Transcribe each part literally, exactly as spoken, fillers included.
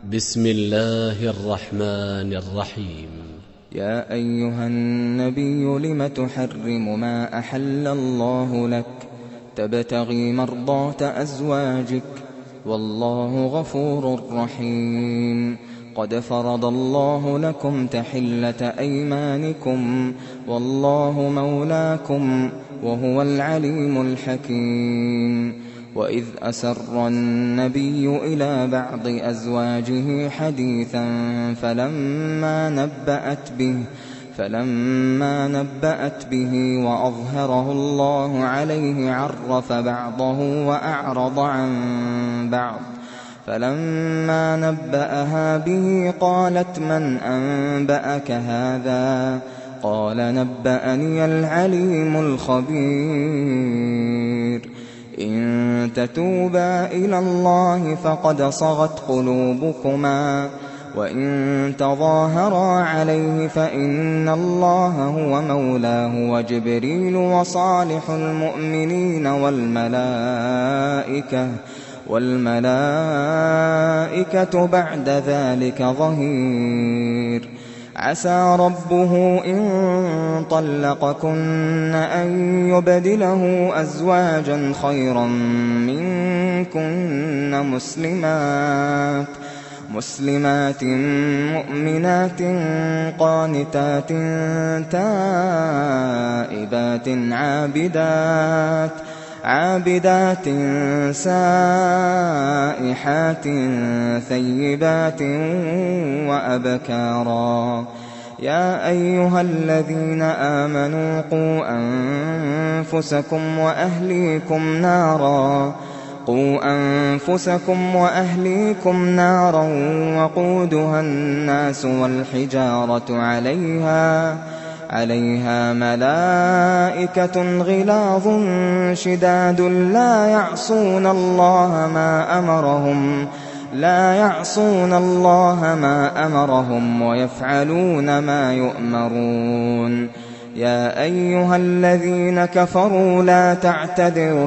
بسم الله الرحمن الرحيم. يا أيها النبي لم تحرم ما أحل الله لك تبتغي مرضات أزواجك والله غفور رحيم. قد فرض الله لكم تحلة أيمانكم والله مولاكم وهو العليم الحكيم. وإذ أسر النبي إلى بعض أزواجه حديثا فلما نبأت به فلما نبأت به وأظهره الله عليه عرف بعضه وأعرض عن بعض. فلما نبأها به قالت من أنبأك هذا؟ قال نبأني العليم الخبير. إن تتوبا إلى الله فقد صغت قلوبكما وإن تظاهرا عليه فإن الله هو مولاه وجبريل وصالح المؤمنين والملائكة والملائكة بعد ذلك ظهير. عسى ربه إن طلقكن أن يبدله أزواجا خيرا منكن مسلمات مسلمات مؤمنات قانتات تائبات عابدات عابدات سائحات ثيبات وأبكارا. يا أيها الذين آمنوا قوا أنفسكم وأهليكم نارا قوا أنفسكم وأهليكم نارا وقودها الناس والحجارة عليها عليها ملائكة غلاظ شداد لا يعصون الله ما أمرهم لا يعصون الله ما أمرهم ويفعلون ما يؤمرون. يا أيها الذين كفروا لا تعتذروا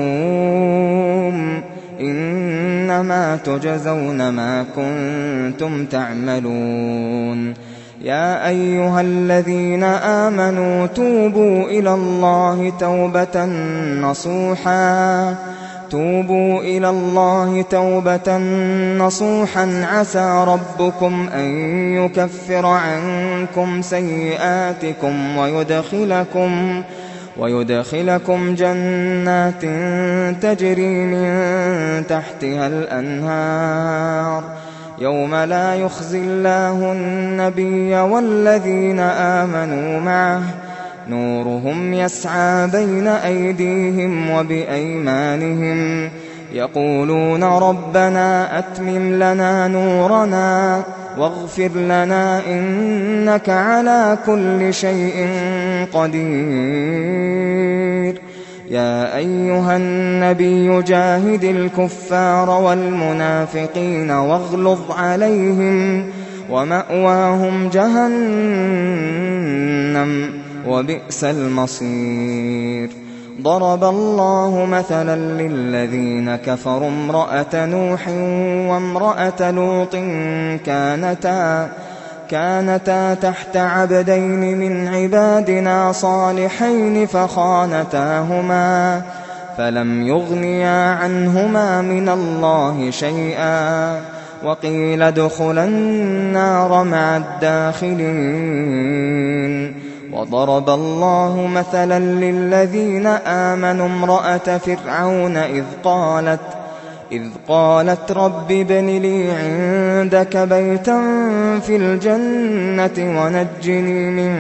اليوم إنما تجزون ما كنتم تعملون. يا أيها الذين آمنوا توبوا إلى الله توبة نصوحا توبوا إلى الله توبة نصوحا عسى ربكم أن يكفر عنكم سيئاتكم ويدخلكم ويدخلكم جنات تجري من تحتها الأنهار يوم لا يخزي الله النبي والذين آمنوا معه نورهم يسعى بين أيديهم وبأيمانهم يقولون ربنا أتمم لنا نورنا واغفر لنا إنك على كل شيء قدير. يا أيها النبي جاهد الكفار والمنافقين واغلظ عليهم ومأواهم جهنم وبئس المصير. ضرب الله مثلا للذين كفروا امرأة نوح وامرأة لوط كانتا كانتا تحت عبدين من عبادنا صالحين فخانتاهما فلم يغنيا عنهما من الله شيئا وقيل ادخلا النار مع الداخلين. وضرب الله مثلا للذين آمنوا امرأة فرعون إذ قالت إذ قالت رب ابن لي عندك بيتا في الجنة ونجني من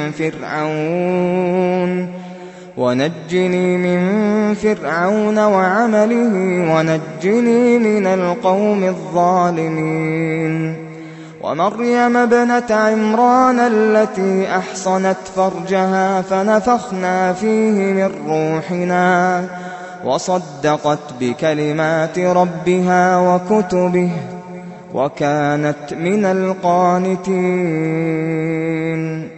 فرعون ونجني من فرعون وعمله ونجني من القوم الظالمين. ومريم ابنة عمران التي أحصنت فرجها فنفخنا فيه من روحنا وصدقت بكلمات ربها وكتبه وكانت من القانتين.